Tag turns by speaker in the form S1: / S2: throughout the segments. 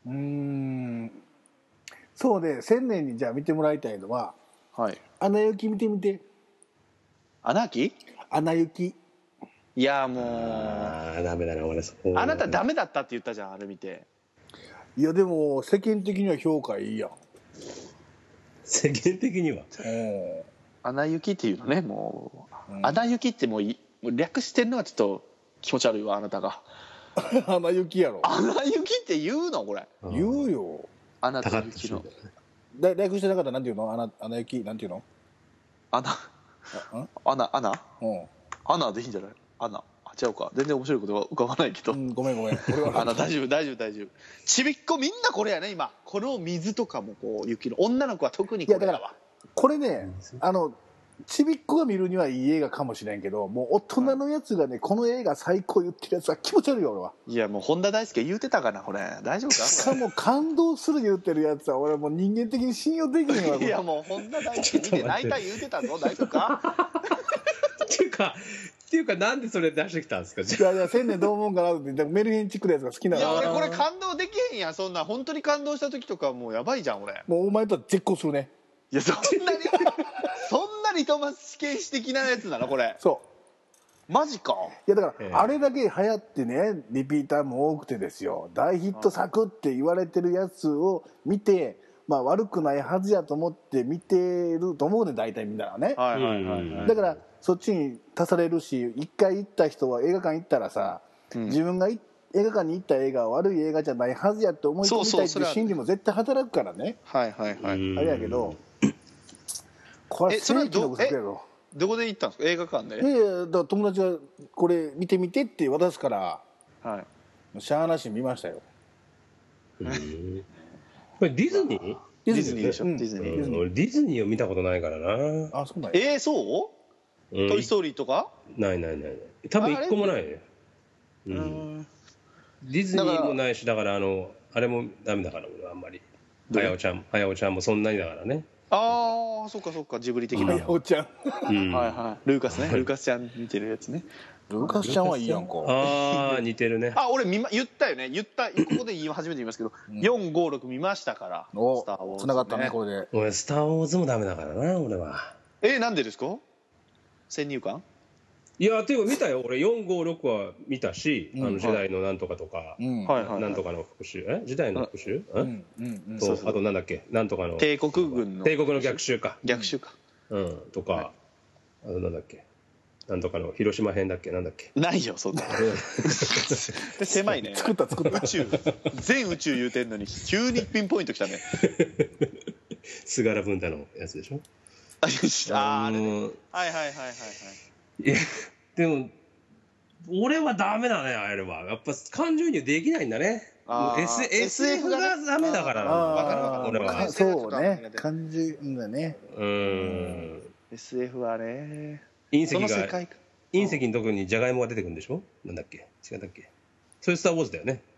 S1: そうで千年にじゃあ見てもらいたいのは、
S2: はい。
S1: アナ雪見てみて。
S2: アナ雪？
S1: アナ雪。
S2: いやもう
S3: ダメだな俺。
S2: あなたダメだったって言ったじゃんあれ見て。
S1: いやでも世間的には評価いいやん。
S3: 世間的には
S2: アナ雪っていうのね、もう、アナ雪ってもう略してるのはちょっと気持ち悪いわ、あなたが。
S1: アナ雪やろ。
S2: アナ雪って言うのこれ。
S1: 言うよ。
S2: アナと雪の
S1: 略してなかったらなんていうの？アナ雪なんていうの？
S2: アナアナでいいんじゃない？アナ違うか、全然面白いことが浮かばないけど、
S1: ごめん俺は
S2: 大丈夫ちびっこみんなこれやね今。この水とかもこう雪の女の子は特にこれだわ。
S1: いやだからこれねちびっこが見るにはいい映画かもしれんけど、もう大人のやつがね、この映画最高言ってるやつは気持ち悪いよ俺は。
S2: いやもう本田大輔言うてたかなこれ、大丈夫か？
S1: しかも感動する言ってるやつは俺はもう人間的に信用できへんわ。
S2: いやもう本田大輔見て泣いた言うてたぞ、大丈夫か？
S3: っていうかなんでそれ出してきたんですか？
S1: いや千年どう思うかなってメルヘンチックなやつが好きなの。
S2: いや俺これ感動できへんやん、そんな本当に感動した時とかもうやばいじゃん俺。
S1: もうお前とは絶交するね。
S2: いやそんなリトマス試験紙的なやつなのこれ。
S1: そう
S2: マジか。
S1: いやだからあれだけ流行ってね、リピーターも多くてですよ、大ヒット作って言われてるやつを見て、まあ悪くないはずやと思って見てると思うね、大体みんなはね。だからそっちに足されるし、一回行った人は映画館行ったらさ、自分が映画館に行った映画は悪い映画じゃないはずやって思い込みたいっていう心理も絶対働くからね。あれやけど、これ世紀の不作やろ。
S2: どこで行ったんですか？映画館で？
S1: いやだから友達がこれ見てみてって渡すから、しゃあなし見ましたよ。
S3: これディズニー？
S2: ディズニーでしょ。
S3: 俺ディズニーを見たことないからな。
S1: あ、そうなんや。
S2: そう？トイ・ストーリーとか？
S3: ない多分一個もないね。ディズニーもないし、だからあれもダメだから俺はあんまり。はやおちゃんもそんなにだからね。
S2: ああそっかジブリ的な。
S1: はやおちゃん。
S2: ルーカスね、ルーカスちゃん見てるやつね。
S1: ルーカスちゃんはいいやんか。
S3: ああ似てるね。
S2: 俺言ったよね。ここで初めて言いますけど、456見ましたから。
S1: おつながったねこれで。
S3: 俺スター・ウォーズもダメだからな俺は。
S2: なんでですか？先入観？
S3: いやていうか見たよ俺。456は見たし、時代のなんとかとか、なんとかの復讐、時代の復讐、とあとなんだっけ、なんとかの
S2: 帝国軍の
S3: 逆襲かとか、あとなんだっけ、なんとかの広島編だっけ、なんだっけ。ない
S2: よそんな。狭いね。
S1: 作った
S2: 宇宙全宇宙言うてんのに急にピンポイントきたね。
S3: 菅原文太のやつでしょ。
S2: あれね。
S3: いやでも俺はダメだね。あれはやっぱ感情移入できないんだね。SF がダメだからな。俺は
S1: そうね、感じだね。
S2: SF はね。
S3: 隕石のところにジャガイモが出てくるんでしょ。なんだっけ、違ったっけ。それスター・ウォーズだよね。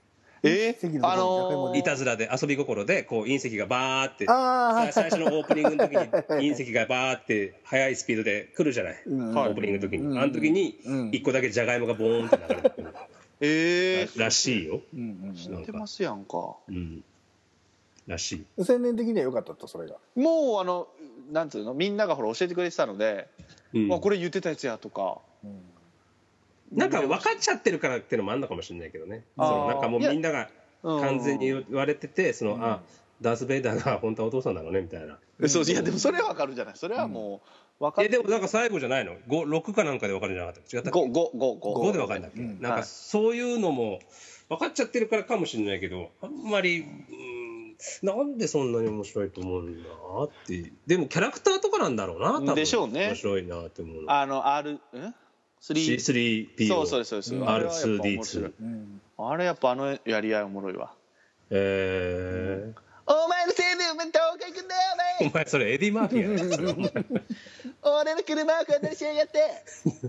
S3: いたずらで遊び心でこう隕石がバーって最初のオープニングの時に隕石がバーって速いスピードで来るじゃない、オープニングの時に。あの時に1個だけジャガイモがボーンって流れてくるらしいよ。
S2: 知ってますやんか。
S3: らしい。
S1: 宣伝的には良かったと。それが
S2: もうなんつうの、みんながほら教えてくれてたので、これ言ってたやつやとか。
S3: なんか分かっちゃってるからっていうのもあるのかもしれないけどね。なんかもうみんなが完全に言われてて、ダース・ベイダーが本当はお父さんなのねみたいな。
S2: いやでもそれは分かるじゃない。それはもう分かる。
S3: でもなんか最後じゃないの？6かなんかで分かるんじゃなかった？違ったっけ？5で分かるんだっけ。なんかそういうのも分かっちゃってるからかもしれないけど、あんまりなんでそんなに面白いと思うんだって。でもキャラクターとかなんだろうな多分。でしょうね。面白いなって思うの。3P を R2D2
S2: あれやっぱやり合いおもろいわ。お前のせいでお前どこ行くんだよお前。
S3: お前それエディ・マーフィーやね。
S2: 俺の車をこんなにしやがって。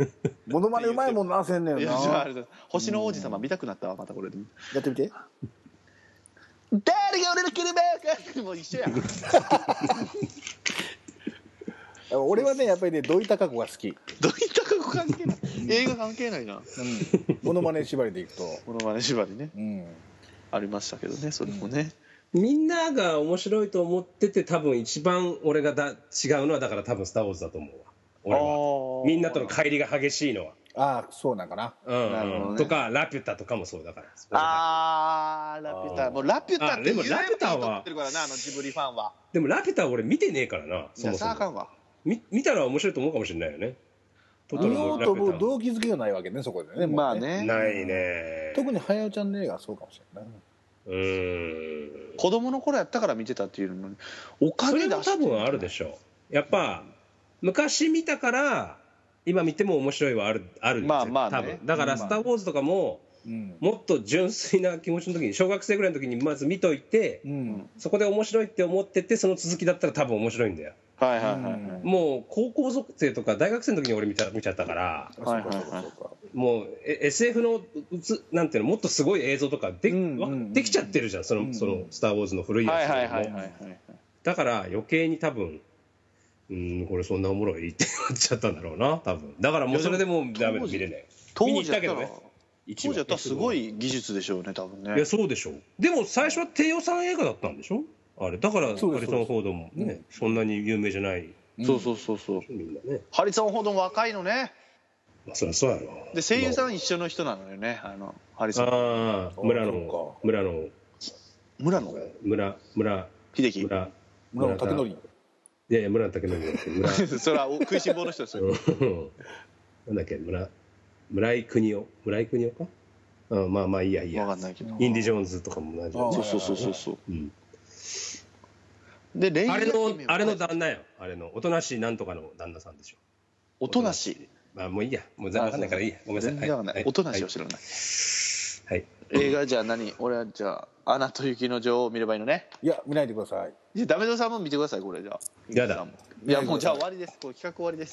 S1: モノマネうまいもんな。せんねんな。
S2: 星の王子様見たくなったわまたこれで。
S1: やってみて。
S2: 誰が俺の車をこんなもう一緒やん。
S1: 俺はねやっぱりね土井孝子が好き。
S2: 土井孝子関係ない。映画関係ないな。
S1: モノマネ縛りでいくと。
S2: モノマネ縛りね。 ありましたけどね、それもね。
S3: みんなが面白いと思ってて、多分一番俺が違うのはだから多分「スター・ウォーズ」だと思うわ、俺は。みんなとの乖離が激しいのは。
S1: ああ、そうなんかな。
S2: なるほどね。
S3: とかラピュタとかもそうだから。
S2: ラピュタ、もうラピュタって
S3: でもラピュタは
S2: ってるからな、ジブリファンは。
S3: でもラピュタは俺見てねえからな。
S2: いや、さあかんわ。
S3: 見たら面白いと思うかもしれないよね。トトロ
S1: 見よ
S3: もラピュタも
S1: うと思う動機づけがないわけね、そこでね。
S2: まあね。
S3: ないね。
S1: 特に早尾ちゃんの映画はそうかもしれない。
S2: 子供の頃やったから見てたっていうのにお金出して。
S3: それも多分あるでしょう。やっぱ昔見たから今見ても面白いはあるんですよ。
S2: まあまあね、
S3: 多分だから「スター・ウォーズ」とかも、もっと純粋な気持ちの時に、小学生ぐらいの時にまず見といて、そこで面白いって思ってて、その続きだったら多分面白いんだよ。
S2: はいはいはい。
S3: もう高校生とか大学生の時に俺見ちゃったから、もうSF のなんていうの、もっとすごい映像とかできちゃってるじゃん、その「スター・ウォーズ」の古いやつ。だから余計に多分これそんなおもろいってなっちゃったんだろうな、多分。だからもうそれでもうダメで見れない。見に行ったけどね。
S2: 当時やったらすごい技術でしょうね、多分ね。
S3: いや、そうでしょう。でも最初は低予算映画だったんでしょ、あれ。だからハリソン・フォードもね、そんなに有名じゃない。
S2: そうみんなね。ハリソン・フォードも若いのね。
S3: まあそりゃそうやろ。
S2: で声優さん一緒の人なのよね、ハリソン。
S3: ああ、村野
S2: 秀樹。
S1: 村野武則。
S3: いやいや、村野武則。
S2: それは食いしん坊の人ですよ。
S3: なんだっけ、村井邦夫か。まあまあいいやいいや。
S2: 分かんないけど。
S3: インディ・ジョーンズとかも同じ。
S2: そう。でレイ
S3: あれの旦那よ。あれのおとなしいなんとかの旦那さんでしょ。
S2: おとなし。
S3: まあもういいや。もう全然わかんないからいいや。ごめんなさい。
S2: おとなしを知らない。
S3: はい。
S2: 映画じゃあ俺はじゃあアナと雪の女王を見ればいいのね。
S1: いや、見ないでください。
S2: いや、ダメドさんも見てください、これ。じゃあ
S3: やだ。
S2: いや、もうじゃあ終わりです。これ企画終わりです。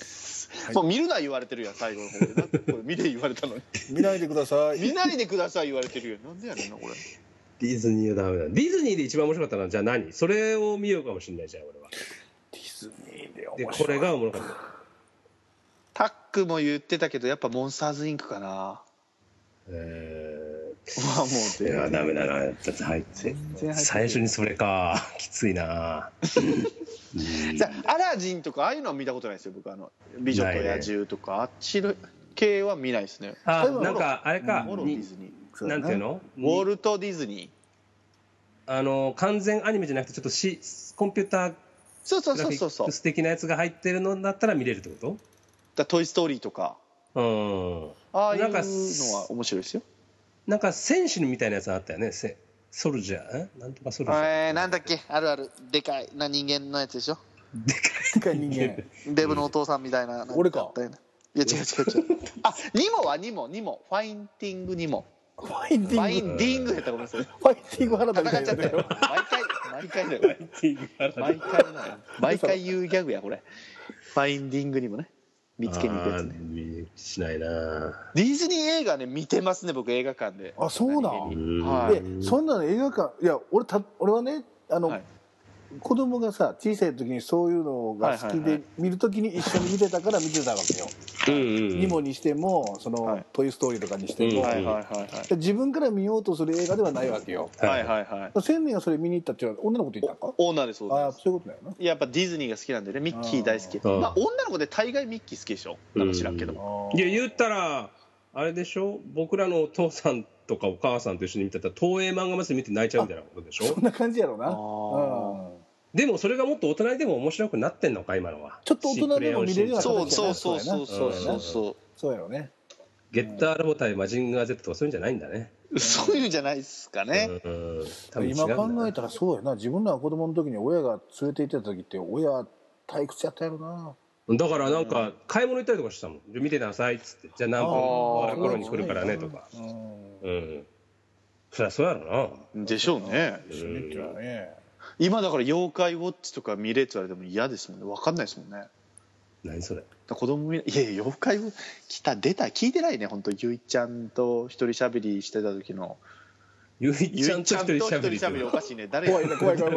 S2: もう見るな言われてるやん、最後の方で。これ見れ言われたのに。
S1: 見ないでください。
S2: 見ないでください言われてるやん。なんでやねんな、これ。
S3: ディズニーはダメだ。ディズニーで一番面白かったのはじゃあ何？それを見ようかもしれないじゃん、俺は。
S1: ディズニーで面
S3: で、
S1: 白い。
S3: これがおもろかった。
S2: タックも言ってたけど、やっぱモンスターズインクかな。
S3: ま
S2: あもう
S3: いやダメだな。だって入って最初にそれか、きついな。
S2: じゃあアラジンとかああいうのは見たことないですよ、僕。美女と野獣とかあっち系は見ないですね。
S3: なんかあれか、
S2: ディズニー
S3: なんていうの？
S2: ウォルト・ディズニ
S3: ー。完全アニメじゃなくてちょっとコンピューターグラフィックス的なやつが入ってるのだったら見れるってこと？
S2: だトイ・ストーリーとかああいうのは面白いですよ。
S3: なんか戦士みたいなやつあったよね。ソルジャーなんとかソルジャー。
S2: なんだっけ、あるでかいな人間のやつでしょ。
S1: でかい人間。
S2: デブのお父さんみたいな。
S1: 俺か。
S2: いや違う。ニモファインティングニモ。
S1: ファインデ
S2: ィングやったらごめんなさい。
S1: ファインディング原田みたいな。
S2: 戦っちゃったよ。毎回だよ。毎回言うギャグやこれ。ファインディングニモね。見つけに行くやつね。
S3: しないな。
S2: ディズニー映画ね見てますね、僕。映画館で。
S1: あ、そうなん。でそんなの映画館、いや俺はね、子供がさ小さい時にそういうのが好きで見る時に一緒に見てたから見てたわけよ。ニモにしてもトイ・ストーリーとかにしても自分から見ようとする映画ではないわけよ。千年がそれ見に行ったっていうのは女の子と言ったんか？
S2: 女です。
S1: ああ、そういうことだよな。
S2: やっぱディズニーが好きなんでね、ミッキー大好き。まあ女の子で大概ミッキー好きでしょ。なんか知らんけど。
S3: いや言ったらあれでしょ、僕らのお父さんとかお母さんと一緒に見てたら東映漫画祭り見て泣いちゃうみたいなことでしょ。
S1: そんな感じやろうな。
S3: でもそれがもっと大人でも面白くなってんのか今のは。
S1: ちょっと大人でも見れるような形
S2: そう
S1: そうやろうね。
S3: ゲッターロボ対マジンガー Z とかそういうんじゃないんだね。
S2: そういうんじゃないですかね。
S1: 今考えたらそうやな。自分らが子供の時に親が連れて行ってた時って親退屈やったやろな。
S3: だからなんか買い物行ったりとかしたもん。見てなさいっつって、じゃあ何分終わる頃に来るからねとか。そりゃそうやろ
S2: な。でしょうね。今だから妖怪ウォッチとか見れって言われても嫌ですもんね。分かんないですもんね。
S3: 何それ。
S2: 子供いや妖怪出た聞いてないね。本当ゆいちゃんと一人喋りしてた時の。
S3: ゆいちゃんと一人喋り
S2: おかしいね。誰
S1: 怖い怖いそれ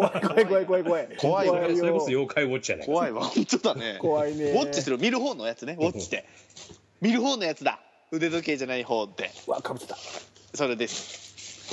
S3: こそ妖怪ウォッチじゃない。
S2: 怖いわ。本当だね。
S1: 怖いね。
S2: ウォッチする見る方のやつね。ウォッチで見る方のやつだ。腕時計じゃない方って。
S1: わかぶってた。
S2: それです。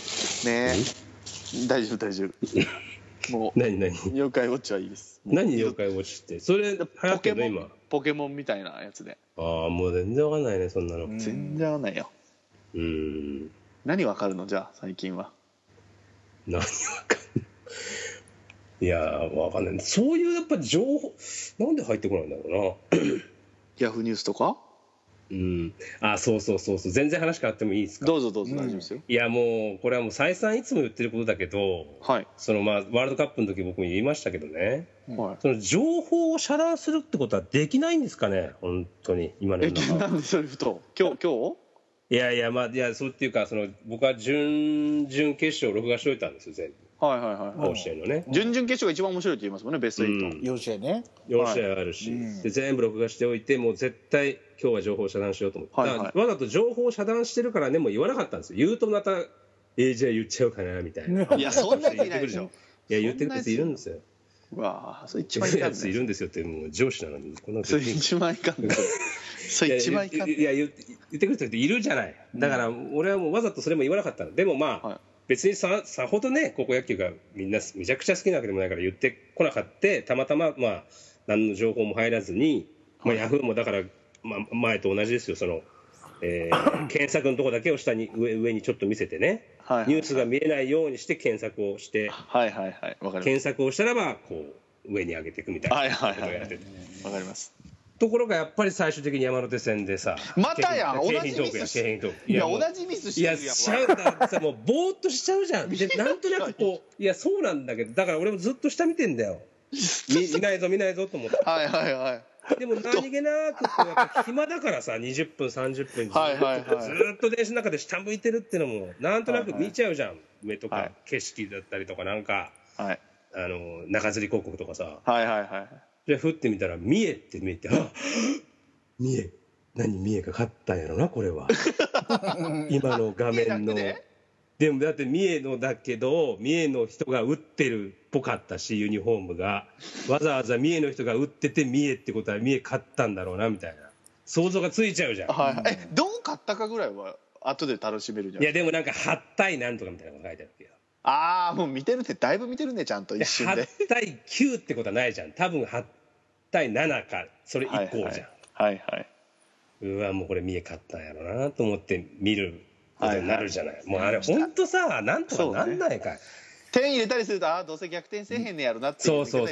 S2: ねえ大丈夫大丈夫もう
S3: 何
S2: 妖怪ウォッチはいいです。
S3: 何妖怪ウォッチってそれ流行ってるの今。
S2: ポケモンみたいなやつで。
S3: ああもう全然わかんないねそんなの。
S2: 全然わかんないよ。何わかるのじゃあ最近は。
S3: 何わかんない。いやわかんない。そういうやっぱり情報なんで入ってこないんだろうな。
S2: ヤフーニュースとか。
S3: あそう全然話変わってもいいですか。
S2: どうぞ大丈夫ですよ。
S3: いやもうこれはもう再三いつも言ってることだけど、
S2: はい、
S3: そのワールドカップの時僕も言いましたけどね、
S2: はい、
S3: その情報を遮断するってことはできないんですかね本当に今の世の中。
S2: なんでそれふと今日
S3: いやそうっていうか僕は準々決勝を録画しておいたんですよ全部。
S2: はい
S3: 甲子園のね
S2: 準々決勝が一番面白いって言いますもんねベスト8、
S1: 4試合ね
S3: 4試合あるし、で全部録画しておいてもう絶対今日は情報を遮断しようと思って、わざと情報を遮断してるからねもう言わなかったんですよ。言うとまたじゃあ言っちゃおうかなみたいな。
S2: いやそんな人いないでしょ。
S3: いや言ってるやついるんですよ。
S2: うわそれ一番いかんね。
S3: やついるんですよってもう上司なのにこんな
S2: それ一番いかんね。それ一番いかんね。
S3: いや言ってくる人っているじゃない。だから俺はもうわざとそれも言わなかったの。でもまあ、別にさほどね高校野球がみんなめちゃくちゃ好きなわけでもないから言ってこなかったたまたままあ何の情報も入らずに、ヤフーもだから、前と同じですよ検索のとこだけを下に上にちょっと見せてね、ニュースが見えないようにして検索をして、検索をしたらばこう上に上げていくみたいなことをやってて、
S2: わかります。
S3: ところがやっぱり最終的に山手線でさ
S2: またや同じミスしてる。いや同じミスしてるやん。
S3: いやしちゃうださもうぼーっとしちゃうじゃん。でなんとなくこういやそうなんだけどだから俺もずっと下見てんだよ。見ないぞと思って。でも何気なくこうやっぱ暇だからさ20分30分ずっと電車の中で下向いてるってのもなんとなく見ちゃうじゃん。上とか景色だったりとかなんか中吊り広告とかさ。じゃあ振ってみたら三重って見えて三重何三重が勝ったんやろなこれは今の画面のでもだって三重のだけど三重の人が打ってるっぽかったしユニフォームがわざわざ三重の人が打ってて三重ってことは三重勝ったんだろうなみたいな想像がついちゃうじゃん。
S2: どう勝ったかぐらいは後で楽しめるじゃん。
S3: いやでもなんか8対なんとかみたいなこと書いてあるわけよ。
S2: もう見てるってだいぶ見てるねちゃんと一瞬で。
S3: 8対9ってことはないじゃん。多分8対7かそれ以降じゃん。うわもうこれ三重勝ったんやろなと思って見ることになるじゃない。もうあれほんとさなんとかなんないかい。
S2: 点入れたりするとどうせ逆転せえへんねやろなっていう。
S3: そう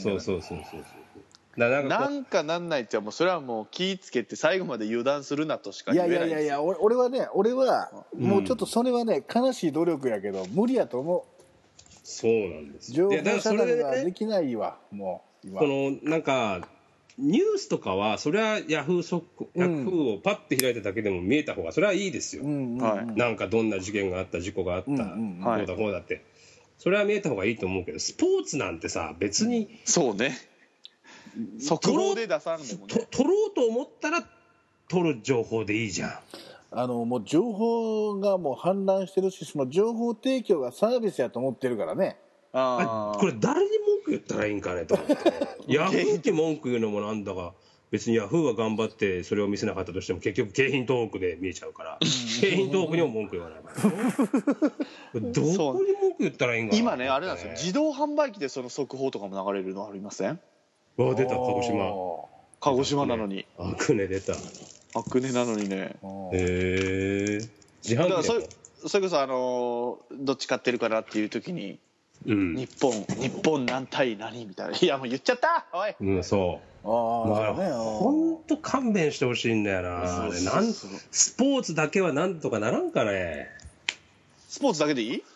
S2: なんかなんないってもうそれはもう気ぃつけて最後まで油断するなとしか言えない。
S1: いや俺はもうちょっとそれはね悲しい努力やけど無理やと思う。
S3: そうなんです
S1: よ。情報遮断ができないわもう今。
S3: このなんかニュースとかはそれはヤフーをパッて開いただけでも見えた方がそれはいいですよ。なんかどんな事件があった事故があったこうだこうだってそれは見えた方がいいと思うけどスポーツなんてさ別に
S2: そうね速報で出さんでもね
S3: 取ろうと思ったら取る情報でいいじゃん。
S1: もう情報がもう氾濫してるしその情報提供がサービスやと思ってるからね。
S3: これ誰に文句言ったらいいんかねと思ってヤフーって文句言うのもなんだか別にヤフーは頑張ってそれを見せなかったとしても結局景品トークで見えちゃうから景品トークにも文句言わないからどこに文句言ったらいいんかな。
S2: 今ねあれなんですよ自動販売機でその速報とかも流れるのありません？
S3: 出た
S2: 鹿児島なのに
S3: アクネ出た
S2: アクネなのにね
S3: 自販機で
S2: それこそどっち買ってるかなっていう時に日本何対何みたいな。いやもう言っちゃったおい。
S3: そうほんと勘弁してほしいんだよな。スポーツだけはなんとかならんかね。
S2: スポーツだけでいい？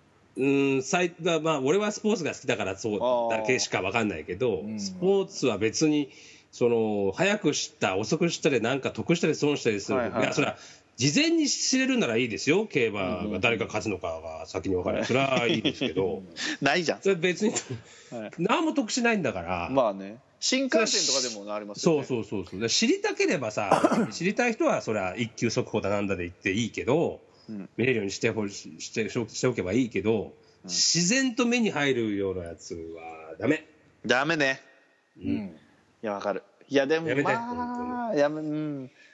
S3: 俺はスポーツが好きだからそうだけしか分かんないけどスポーツは別に早く知った遅く知ったでなんか得したり損したりする。いやそれは事前に知れるならいいですよ。競馬が誰が勝つのかが先に分かる。それはいいですけど
S2: ないじゃん。
S3: それ別に何も得しないんだから。
S2: まあね新幹線とかでもありますよね。
S3: そう知りたければさ知りたい人はそれは一級速報だなんだで言っていいけど見れるようにしておけばいいけど自然と目に入るようなやつはダメね。
S2: いやわかる。いやでもまあ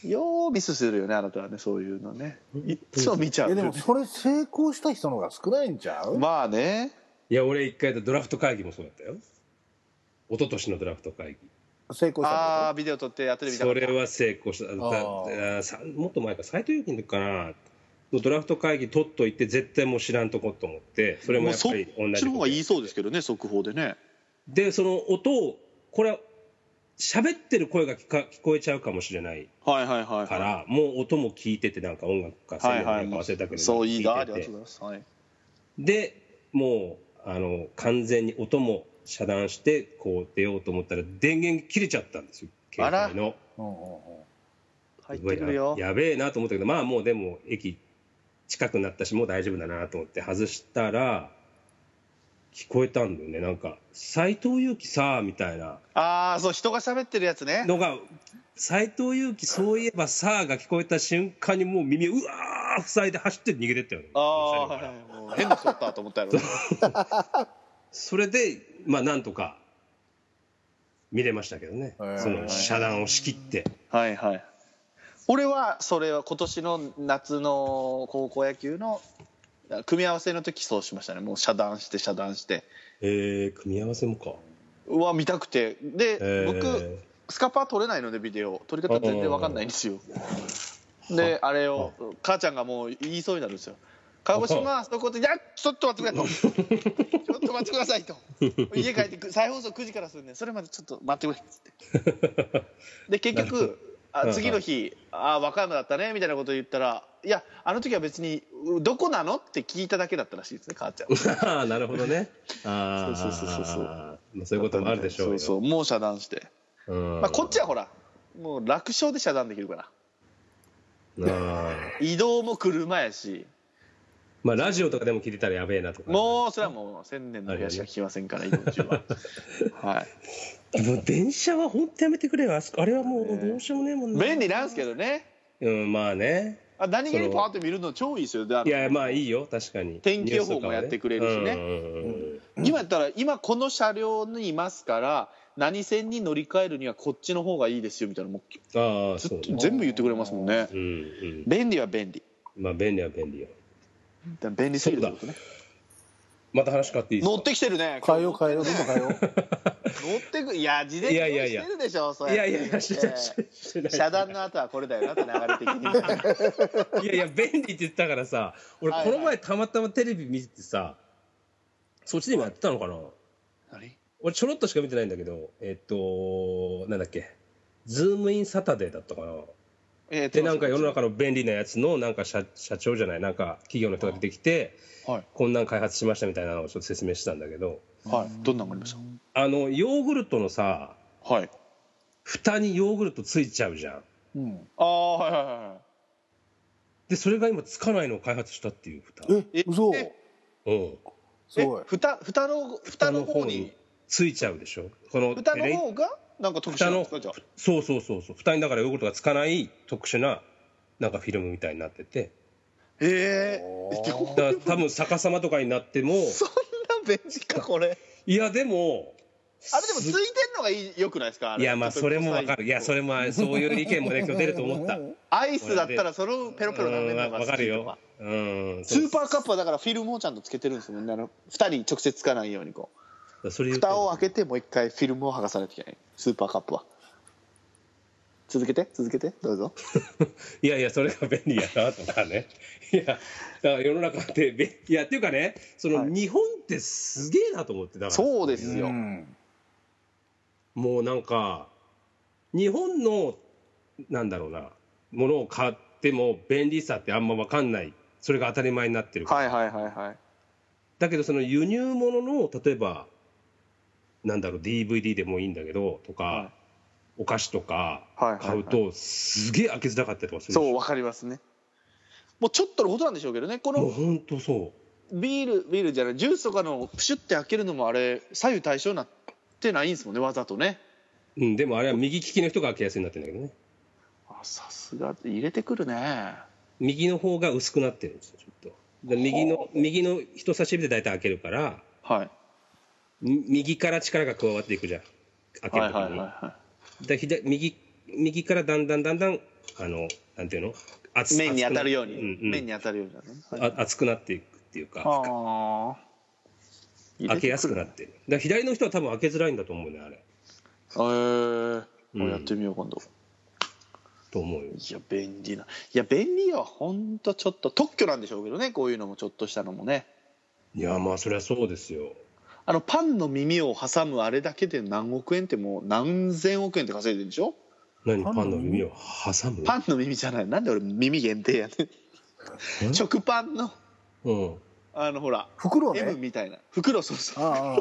S2: ようミスするよねあなたはね、そういうのねいつも見ちゃう、ね、
S1: でもそれ成功した人の方が少ないんちゃう？
S2: まあね。
S3: いや俺一回ドラフト会議もそうだったよ。一昨年のドラフト会議
S1: 成功したの？
S2: ああビデオ撮ってやってるみたいな。
S3: それは成功した。もっと前か斉藤由貴の時かな、ドラフト会議取っといて絶対もう知らんとこと思って、それもやっぱり同じ
S2: そっちの方が言いそうですけどね、速報でね。
S3: でその音をこれは喋ってる声が聞こえちゃうかもしれない
S2: はいはいはい、
S3: から、
S2: はい、
S3: もう音も聞いてて、なんか音楽か声楽か忘れたけど、
S2: そういいがありがとうございます、はい、
S3: でもう完全に音も遮断してこう出ようと思ったら電源切れちゃったんですよ、携帯の。
S2: 入ってくるよ。
S3: やべえなと思ったけど、まあもうでも駅近くなったしもう大丈夫だなと思って外したら聞こえたんだよね、なんか斉藤由貴さみたいな。
S2: ああそう、人が喋ってるやつね
S3: のが斉藤由貴そういえばさが聞こえた瞬間にもう耳うわー塞いで走って逃げてったよね。
S2: ああ、はい、もう変な人だったと思ったやろ
S3: それでまあなんとか見れましたけどね、その遮断を仕切って。
S2: はいはい。俺はそれは今年の夏の高校野球の組み合わせの時そうしましたね。もう遮断して
S3: 組み合わせもか
S2: は見たくて、で、僕スカパー撮れないのでビデオ撮り方全然わかんないんですよ。であれを母ちゃんがもう言いそうになるんですよ。鹿児島そこで「いやちょっと待ってくれ」と「ちょっと待ってください」と「家帰って再放送9時からするんでそれまでちょっと待ってくれ」っつってで結局次の日「和歌山だったね」みたいなことを言ったら「いやあの時は別にどこなの?」って聞いただけだったらしいですね、母ちゃん。
S3: なるほどね。そういうこともあるでしょうよ。
S2: そうもう遮断して、まあ、こっちはほらもう楽勝で遮断できるから移動も車やし、
S3: まあラジオとかでも聞いてたらやべえなとか、
S2: もうそれはもう千年の部屋しか聞きませんから、移動中ははい
S3: もう電車は本当やめてくれよ、あれはもうどうしようもねえもんね。
S2: 便利なんですけどね。
S3: まあね、
S2: 何気にパーって見るの超いいですよ。
S3: いやまあいいよ、確かに
S2: 天気予報もやってくれるしね。今やったら今この車両にいますから何線に乗り換えるにはこっちの方がいいですよみたいなのも全部言ってくれますもんね。便利は便利。
S3: まあ便利は便利よ。
S2: 便利すぎることね。
S3: また話変わっていいですか？
S2: 乗ってきてるね。
S1: 変えようどんどん変えよう。
S2: 乗ってく、いや事前にしてるでしょ。そうやって。
S3: いや
S2: 遮断の後はこれだよなって流れ的に。
S3: いや便利って言ったからさ、俺この前たまたまテレビ見ててさ、そっちでもやってたのかな。俺ちょろっとしか見てないんだけど、なんだっけ、ズームインサタデーだったかな。でなんか世の中の便利なやつのなんか社長じゃない、なんか企業の人が出てきて、こんなん開発しましたみたいなのをちょっと説明したんだけど、
S2: どんなのがありました？
S3: ヨーグルトのさ、蓋にヨーグルトついちゃうじゃん。でそれが今つかないのを開発したっていう蓋。
S1: 嘘。
S2: すごい。蓋の方に
S3: ついちゃうでしょ。この
S2: 蓋の方がなんか特殊な蓋じゃん。
S3: そう蓋にだからヨーグルトがつかない特殊ななんかフィルムみたいになってて、だから多分逆さまとかになっても
S2: そんな便利かこれ。
S3: いやでも
S2: あれでもついてんのがよくないですか？
S3: いやまあそれもわかる。いやそれもそういう意見もね今日出ると思った。
S2: アイスだったらそれをペロペロ舐めるのが好きとか。
S3: わかるよ。
S2: スーパーカップはだからフィルムをちゃんとつけてるんですもんね。2人直接つかないようにこう。蓋を開けてもう一回フィルムを剥がさないといけない。スーパーカップは。続けてどうぞ。
S3: いやそれが便利やなとかね。いやだから世の中っていやっていうかね、その日本ってすげえなと思って。だから
S2: そうですよ。
S3: もうなんか日本のなんだろうなものを買っても便利さってあんま分かんない、それが当たり前になってるから。だけどその輸入物の例えばなんだろう DVD でもいいんだけどとか、お菓子とか買うとすげえ開けづらかったりとかする。
S2: そうわかりますね。もうちょっとのことなんでしょうけどね。この
S3: もう本当そう
S2: ビールじゃないジュースとかのプシュって開けるのもあれ左右対称になってないんですもんね、わざとね。
S3: でもあれは右利きの人が開けやすいになってるんだけどね。
S2: さすが入れてくるね。
S3: 右の方が薄くなってるんですよちょっと。右の人差し指で大体開けるから、右から力が加わっていくじゃん開ける時に。右からだんだんなんていうの、
S2: 面に当たるように、
S3: 面
S2: に当たるようにだね、
S3: 熱くなっていくっていうか、開けやすくなってる。だから左の人は多分開けづらいんだと思うね、あれ。
S2: やってみよう今度。
S3: と思うよ。
S2: いや便利な、いや便利よ、ほんとちょっと特許なんでしょうけどね、こういうのもちょっとしたのもね。
S3: いやまあそりゃそうですよ。
S2: パンの耳を挟むあれだけで何億円って、もう何千億円って稼いでるんでしょ。
S3: 何、パンの耳を挟む？
S2: パンの耳じゃない、なんで俺耳限定やねん食パンのほら
S1: 袋ね、
S2: M みたいな袋、そうそう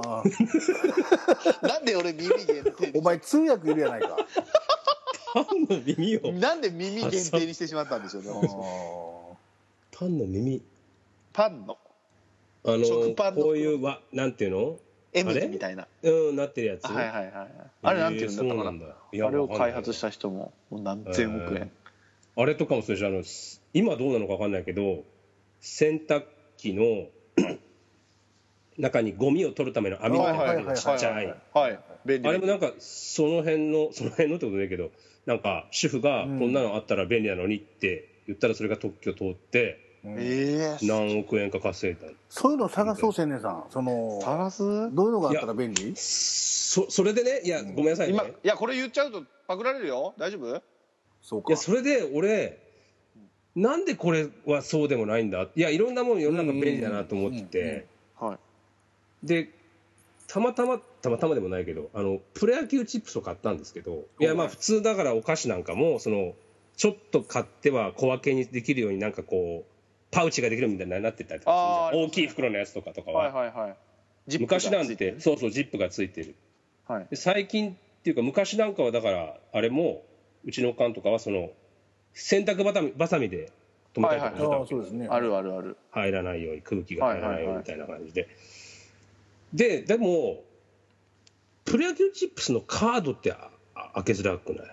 S2: なんで俺耳限定
S1: お前通訳いるやないか
S3: パンの耳を
S2: なんで耳限定にしてしまったんでしょうね
S3: パンの耳、
S2: パンの
S3: 食パンのこういうなんていうの
S2: M みたいな
S3: なってるやつ、
S2: はいあれなんていうんだったかな、あれを開発した人も何千億円、
S3: あれとかもそうでしょ、今どうなのか分かんないけど、洗濯機の中にゴミを取るための網みたいなのがちっちゃい、あれもなんかその辺のってことないけど、なんか主婦がこんなのあったら便利なのにって言ったら、それが特許通って何億円か稼いだ。
S1: そういうの探そう、千年さん。
S2: 探す、
S1: どういうのがあったら便利？
S3: それでね、いやごめんなさいね、
S2: いやこれ言っちゃうとパクられるよ、大丈夫？
S1: そうか。
S3: いやそれで俺なんでこれはそうでもないんだ、いやいろんなもん世の中便利だなと思ってて、でたまたまでもないけどプロ野球チップスを買ったんですけど、いやまあ普通だからお菓子なんかもちょっと買っては小分けにできるようになんかこうパウチができるみたいになってたりとかする、大きい袋のやつとかは昔なんてそうジップがついてる、で最近っていうか昔なんかはだからあれもうちのおかんとかは洗濯バサミで止めたりとかしてたわけですね。
S2: ある
S3: 入らないように、空気が入らないようにみたいな感じで、でもプロ野球チップスのカードって開けづらくない？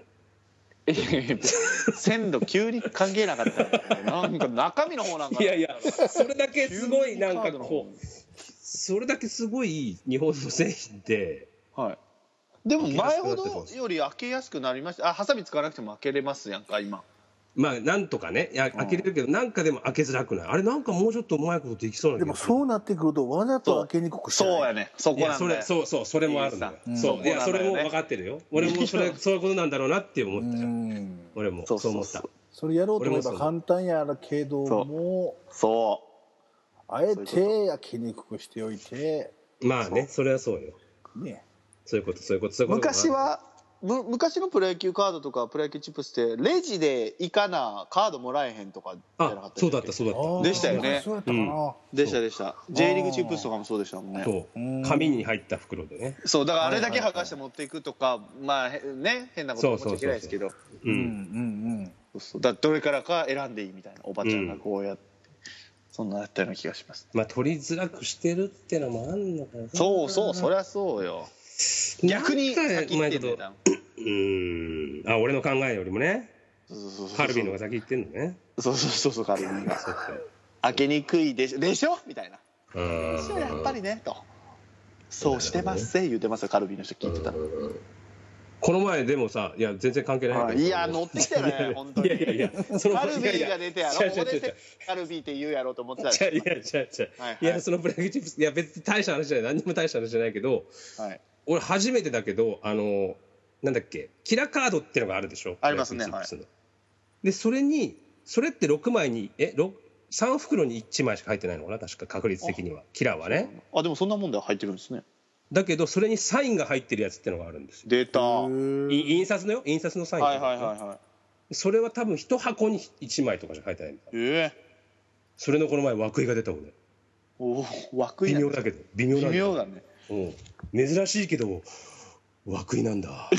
S2: 鮮度急に関係なかったね、なんか中身の方なんか、
S3: いやそれだけすごいなんかこうそれだけすごい日本の製品で、
S2: でも前ほどより開けやすくなりました。ハサミ使わなくても開けれますやんか今。
S3: まあなんとかね、開けれるけど、なんかでも開けづらくない？あれなんかもうちょっとうまいことできそうな気がする。
S1: でもそうなってくるとわざと開けにくくしてない？
S2: そうやね、そこなんだよ。
S3: そうそれもあるんだよ。そういやそれも分かってるよ。俺もそういうことなんだろうなって思ったじゃん。俺もそう思った。
S1: それやろうと思えば簡単やけども、あえて開けにくくしておいて、
S3: まあね、それはそうよね。そういうこと
S2: 昔のプロ野球カードとかプロ野球チップスってレジで行かなカードもらえへんとかじゃなかったっけ？
S3: そうだった
S2: でしたよね。でした J リーグチップスとかもそうでしたもんね。
S3: そう紙に入った袋でね。
S2: そうだからあれだけ剥がして持っていくとか、まあね、変なこと思っちゃいけないですけど、だどれからか選んでいいみたいな、おばちゃんがこうやってそんなやったような気がします。
S3: まあ取りづらくしてるってのもあんのかな。
S2: そうそりゃそうよ。逆に先行ってんねんな。
S3: 俺の考えよりもね、カルビーの方が先行ってんのね。
S2: そうカルビーが開けにくいでしょみたいな。でしょやっぱりねと。そうしてます言うてますよ、カルビーの人聞いてたら。
S3: この前でもさ、いや全然関係ないけど、
S2: いや乗ってきたよね本当に。カルビーが出てやろ、ここでカルビーって言うやろうと思ってた。
S3: いやそのプロ野球チップス、いや別に大した話じゃない、何にも大した話じゃないけど、俺初めてだけどなんだっけ、キラカードっていうのがあるでしょ。
S2: ありますね。
S3: でそれって6枚に3袋に1枚しか入ってないのかな、確か確率的にはキラーはね。
S2: でもそんなもんで入ってるんですね。
S3: だけどそれにサインが入ってるやつっていうのがあるんですよ。
S2: 出た。
S3: 印刷のサイン。それは多分1箱に1枚とかしか入ってないんだ。それのこの前涌井が出たもんね。
S2: 涌井。
S3: 微妙
S2: だね。
S3: 珍しいけど涌井なんだ。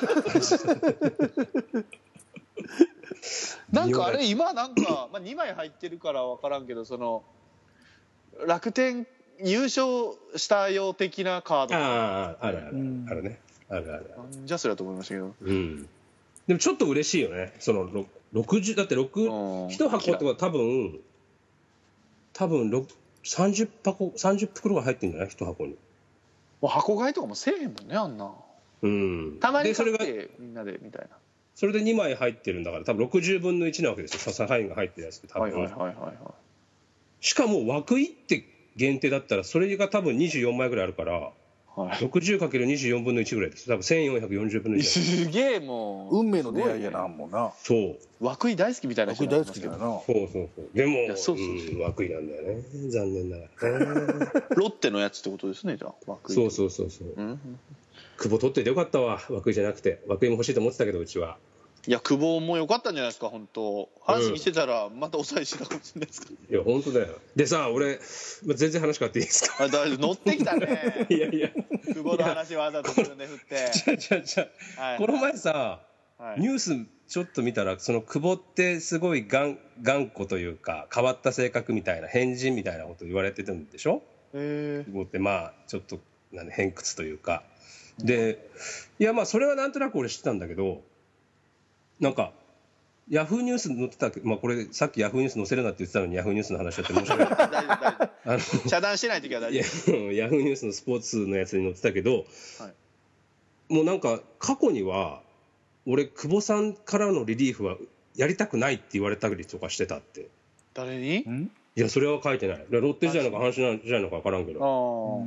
S2: なんかあれ今なんか、2枚入ってるから分からんけど、楽天優勝したよ的なカード。
S3: あるね。
S2: なんじゃそりゃと思いましたけど。
S3: でもちょっと嬉しいよね。60だって1箱ってことは多分30袋が入ってるんじゃない1箱に。
S2: 箱買いとかもせえへんもんね、あんな。たまに買ってみんなでみたいな。
S3: それで2枚入ってるんだから多分60分の1なわけですよ、サインが入ってるやつって多分。しかも枠1って限定だったらそれが多分24枚ぐらいあるから、60×24 分の1ぐらいです。多分1440分の1。
S2: すげえ、もう
S1: 運命の出会いやな、もうな。
S3: そう。
S2: 涌井大好きみたいな人
S1: 大好きだな。
S3: そうでも涌井なんだよね、残念ながら。
S2: ロッテのやつってことですね、じゃあ。
S3: そう。久保取っててよかったわ、涌井じゃなくて。涌井も欲しいと思ってたけど、うちは。
S2: いや、久保も良かったんじゃないですか、本当。阪神してたらまた抑えしてたかもしれないですけど。
S3: いや本当だよ。でさ、俺全然話変わっていいですか。
S2: 乗ってきたね。
S3: いや
S2: 久保の話わざと自分で振って。
S3: この前さ、ニュースちょっと見たら、その久保ってすごい頑固というか変わった性格みたいな、変人みたいなこと言われてるんでしょ。久保ってまあちょっと偏屈というかで、いやまあそれはなんとなく俺知ってたんだけど、なんかヤフーニュース載ってた、まあこれさっきヤフーニュース載せるなって言ってたのにヤフーニュースの話だって申し訳ない。大
S2: 丈夫。遮断してない時は大丈
S3: 夫。ヤフーニュースのスポーツのやつに載ってたけど、もうなんか過去には俺久保さんからのリリーフはやりたくないって言われたりとかしてたって。
S2: 誰に？
S3: いやそれは書いてない。ロッテ時代のか阪神時代のか分からんけど。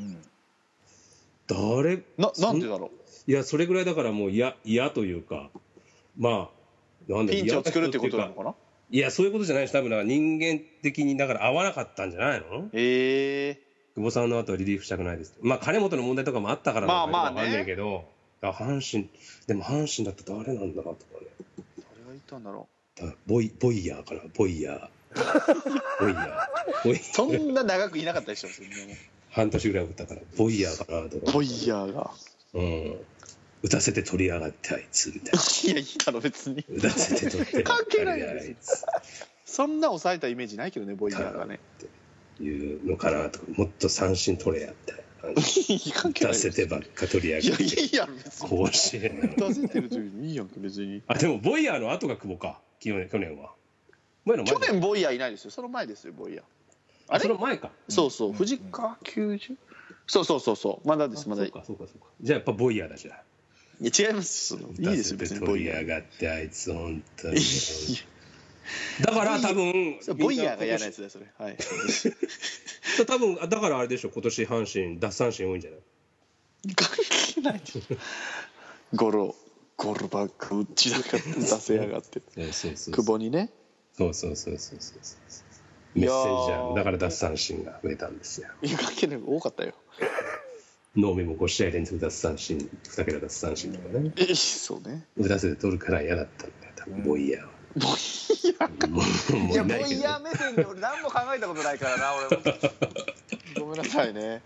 S2: なんでだろ
S3: う。いやそれぐらいだからもう嫌というか、まあなんだ
S2: ピンチを作るってことなのかな。
S3: いやそういうことじゃないし、多分人間的にだから合わなかったんじゃないの。久保さんの後はリリーフしたくないです。まあ金本の問題とかもあったから
S2: まあ
S3: 分かんないけど、阪神だったら誰なんだろうとかね。
S2: 誰がいたんだろ
S3: う。ボイヤーかな、ボイヤー。
S2: そんな長くいなかったでしょ。
S3: 半年ぐらい打ったからボイヤーかなとか。
S2: ボイヤーが。
S3: 打たせて取りやがってあいつみたいな。
S2: いやいいだろ別に。
S3: 打たせて取って
S2: 関係ないです。そんな抑えたイメージないけどね、ボイヤーがね。
S3: っていうのかなとか、もっと三振取れやみたいな。打たせてばっか取りやがって。いやいいやろ別に。甲子園。
S2: 打たせてる時にいいやんか別に。
S3: でもボイヤーの後が久保か。去年は。
S2: 去年ボイヤーいないですよ。その前ですよボイヤー。
S3: あれその前か。
S2: そう藤川90。そうまだですまだ。
S3: そうか。じゃあやっぱボイヤーだじゃあ。
S2: いや違います。いいですよ別にボイヤー。
S3: 取りやがってあいつ本当に。だから多分
S2: ボイヤーが嫌なやつだよそれ。はい。
S3: 多分だからあれでしょ、今年阪神奪三振多いんじゃない。
S2: 関係ないでしょ。ゴロばっか打ちながら出せやがって。久保にね。
S3: そうメッセンジャーだから奪三振が増えたんですよ。
S2: いや関係ない多かったよ。
S3: 能見も5試合連続奪三振2桁奪三振とかね。
S2: そうね。
S3: 打たせて取るから嫌だったんだよ多分ボイヤーは。
S2: いやボイヤー目線で俺何も考えたことないからな俺も。ごめんなさいね。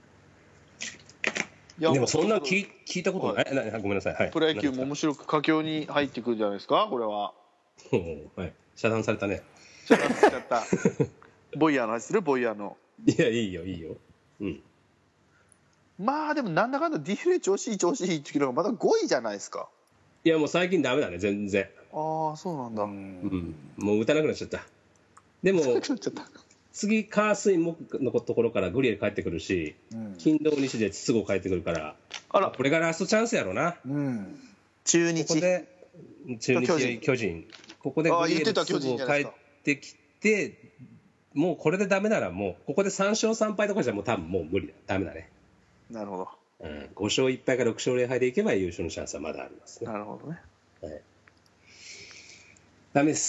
S3: でもそんな聞いたことない。ごめんなさい。はい。
S2: プロ野球も面白く佳境に入ってくるんじゃないですかこれは。
S3: はい。遮断されたね。
S2: 遮断されちゃった。ボイヤーの話するボイヤーの。
S3: いやいいよ。うん。
S2: まあでもなんだかんだ DeNA 調子いいっていうのがまだ5位じゃないですか。
S3: いやもう最近ダメだね全然。
S2: ああそうなんだ。
S3: もう打たなくなっちゃった。でも次火水木のところからグリエル帰ってくるし、金土日で筒香帰ってくるから、これがラストチャンスやろうな。
S2: 中日。
S3: ここで中日巨人。ここでグリエル筒香帰ってきて、もうこれでダメならもうここで3勝3敗とかじゃもう多分もう無理だ。ダメだね。
S2: なるほど。
S3: 5勝1敗から6勝0敗でいけば優勝のチャンスはまだありますね。
S2: なるほどね。
S3: はい。ダメです。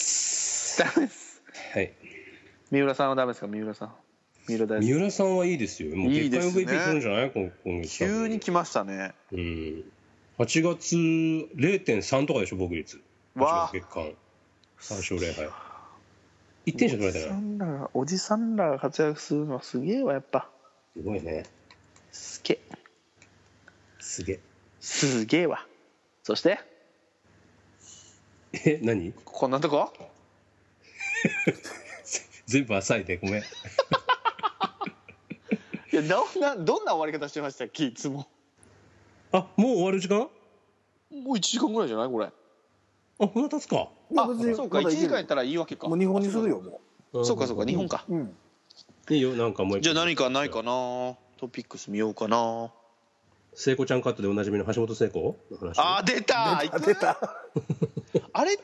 S3: はい。
S2: 三浦さんはダメですか。三浦さんはい
S3: いですよ。もう月間 MVP 取るんじゃない？今月。
S2: 急に来ましたね。
S3: 8月 0.3 とかでしょ僕率。8月月間3勝0敗。1点しか取られてない。
S2: おじさんらが活躍するのはすげえわやっぱ。
S3: すごいね。
S2: すげえわ。そして
S3: 何？
S2: こんなとこ
S3: 全部浅いでごめん。い
S2: やどんな終わり方してましたっけいつも。
S3: もう終わる時間？
S2: もう1時間ぐらいじゃないこれ。
S3: こんな経つか。
S2: そうか1時間やったらいいわけか。
S1: もう2本にするよも
S2: う。そうか2本か。
S3: いいよなんかもう。
S2: じゃあ何かないかな。トピックス見ようかな。
S3: 聖子ちゃんカットでおなじみの橋本聖子の話。
S2: あ、出た
S1: 出た
S2: あれって、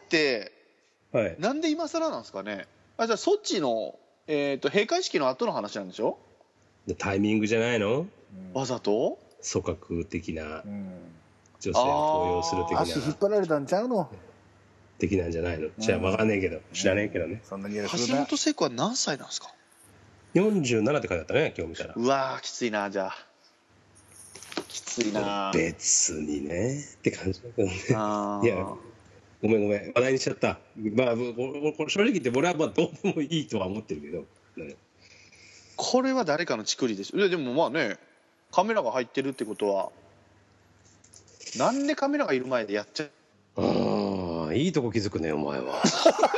S3: はい、
S2: なんで今更なんですかね。じゃあソチの、閉会式の後の話なんでしょ。
S3: タイミングじゃないの、
S2: わざと
S3: 組閣的な、女性を登用する的な、
S1: 足引っ張られたんちゃうの
S3: 的なんじゃないの。じゃあ分かんねえけど、知らねえけどね。
S1: そんな気がす
S2: 橋
S1: るな。
S2: 本聖子は何歳なんですか。
S3: 47って書いてあったね、今日見たら。
S2: うわーきついな。じゃあきついな。
S3: 別にねって感じだけどね。いやごめん話題にしちゃった。まあ正直言って俺はまあどうでもいいとは思ってるけど、ね、
S2: これは誰かのチクリです。でもまあね、カメラが入ってるってことは、なんでカメラがいる前でやっちゃう。
S3: ああ、いいとこ気づくねお前は。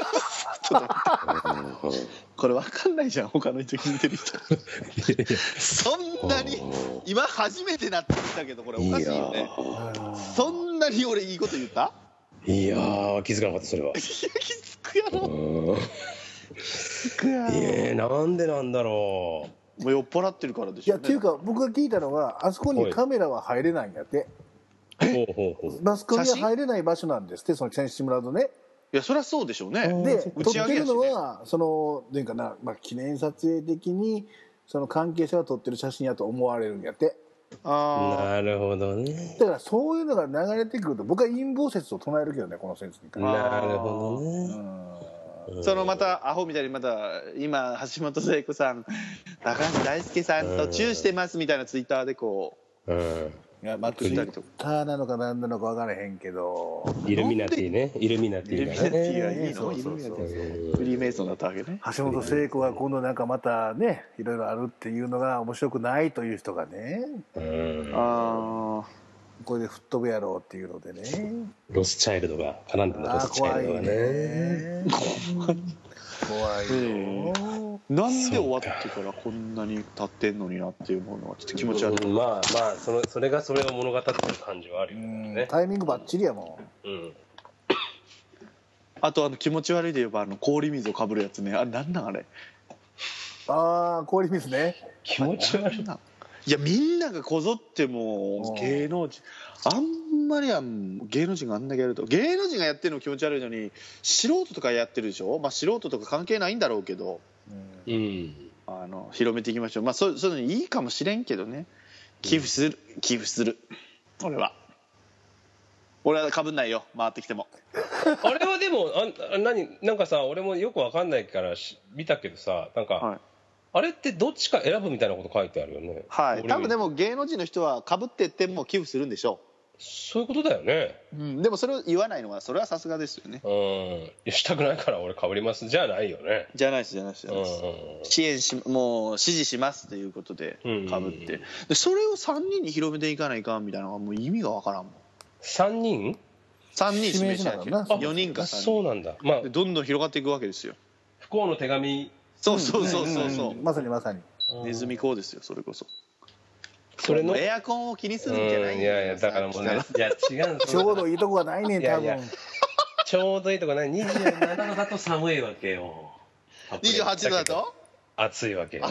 S2: これ分かんないじゃん、他の人見てる人。そんなに今初めてなってきたけど、これおかしいよね。そんなに俺いいこと言った。
S3: いやー、気づかなかったそれは。
S2: いや、気づくやろ。気づくやろ。
S3: なんでなんだろ
S2: う。もう酔っ払ってるからでしょ。
S1: いやっていうか僕が聞いたのはあそこにカメラは入れないんやって。マスコミは入れない場所なんですって、その選手村のね。
S2: いやそりゃそうでしょうね。
S1: で撮ってるのはそのなんかな、まあ、記念撮影的にその関係者が撮ってる写真やと思われるんやって。
S3: なるほどね。
S1: だからそういうのが流れてくると僕は陰謀説を唱えるけどね、この説に関して。
S3: なるほどね。
S2: そのまたアホみたいにまた今橋本聖子さん高橋大輔さんとチューしてますみたいなツイッターでこう、
S1: いやまあツイッターなのか何なのか分からへんけど、
S3: イルミナティね、イルミナティ
S2: がいいの。フリーメイソンだったわけね。
S1: 橋本聖子が今度なんかまたねいろいろあるっていうのが面白くないという人がね、これで吹っ飛ぶやろうっていうのでね、
S3: ロスチャイルドが絡んでるロスチャイルドがね、
S1: 怖いよ。
S2: なんで終わってからこんなに経ってんのになっていうものはちょっと気持ち悪い。
S3: まあそれを物語ってる感じはあるよね。
S1: タイミングバッチリやもん。
S2: あと気持ち悪いで言えば氷水をかぶるやつね。あれなんなんあれ。
S1: ああ氷水ね。
S3: 気持ち悪いな。
S2: いやみんながこぞっても芸能人あんまり芸能人があんだけやると、芸能人がやってるの気持ち悪いのに素人とかやってるでしょ。まあ素人とか関係ないんだろうけど、広めていきましょう。まあそういうのいいかもしれんけどね。寄付する。俺はかぶんないよ、回ってきても。
S3: あれはでもなんかさ、俺もよくわかんないから見たけどさ、なんか、はい、あれってどっちか選ぶみたいなこと書いてあるよね。
S2: はい、多分でも芸能人の人はかぶってっても寄付するんでしょう。
S3: そういうことだよね。
S2: でもそれを言わないのはそれはさすがですよね。
S3: したくないから俺かぶりますじゃないよね。
S2: じゃないですもう支持しますということでかぶって、でそれを3人に広めていかないかんみたいなのがもう意味がわからんもん。
S3: 3人
S2: 指名しなきゃ4人か3人。
S3: そうなんだ。まあ
S2: どんどん広がっていくわけですよ。
S3: 不幸の手紙。
S2: そう、
S1: まさに
S2: ネズミ講ですよ。それこそ
S3: それの
S2: エアコンを気にするんじゃない。
S3: いやだからもうね、いや違う、
S1: ちょうどいいとこがないねん多分。
S3: ちょうどいいとこない。27度だと寒いわけよ。
S2: 28度だと
S3: 暑いわけよ。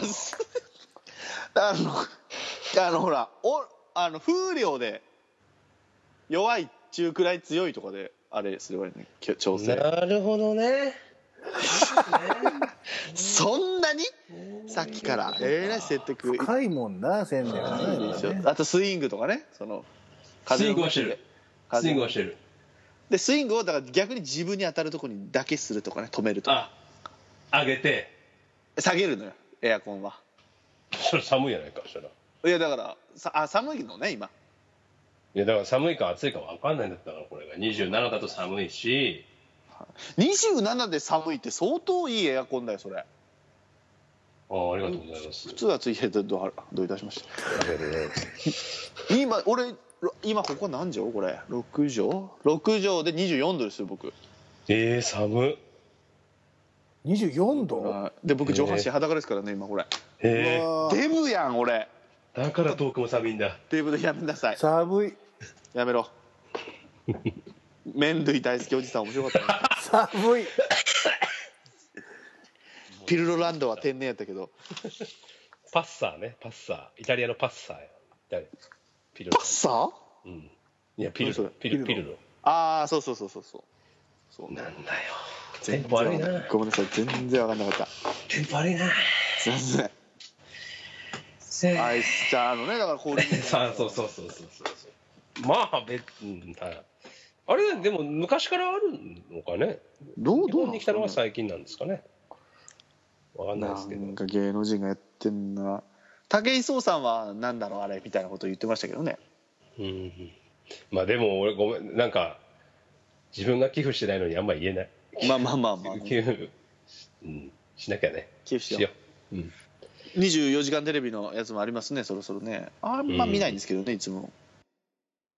S2: ほら風量で弱い中くらい強いとかであれすればいいね、調整。
S3: なるほどね。
S2: そんなにさっきから説得
S1: 深いもんな宣伝はね。
S2: あとスイングとかね、
S3: スイングをしてる。
S2: でスイングをだから逆に自分に当たるところにだけするとかね、止めるとか。
S3: 上げて
S2: 下げるのよエアコンは。
S3: それ寒いやないか。それ
S2: いやだから寒いのね今。
S3: いやだから寒いか暑いか分かんないんだったから、これが27だと寒いし、
S2: 27で寒いって相当いいエアコンだよそれ。
S3: ありがとうございます。
S2: 普通はついてどういたしました。今ここ何畳これ6畳で24度ですよ僕。
S3: 寒っ。
S1: 24度
S2: で僕上半身裸ですからね今これ。デブやん俺。
S3: だから遠くも寒いんだ。
S2: デブでやめなさい。
S1: 寒い。
S2: やめろ。麺類大好きおじさん面白かった
S1: ね。寒い。
S2: ピルロランドは天然やったけど。
S3: パッサーね、イタリアのパッサーや。 ピルロ。
S2: パッサー？
S3: うん。いや、ピルロ。
S2: ああ、そうそう
S3: なんだよ。テ
S2: 全然
S3: ンポ悪いな。
S2: ごめんなさい、全然分かんなかった。
S3: テンポ悪いな。
S2: すいません。アイスちゃんね、だから氷水。
S3: そう。まああれでも昔からあるのかね。
S2: どう
S3: 日本に来たのが最近なんですかね。わかんないですけど。
S2: なんか芸能人がやってんな。武井壮さんはなんだろうあれみたいなこと言ってましたけどね。
S3: まあでも俺ごめん、なんか自分が寄付してないのにあんまり言えない。
S2: まあ、
S3: 寄付、しなきゃね。
S2: 寄付しよう。24時間テレビのやつもありますね、そろそろね。あんま見ないんですけどね、いつも。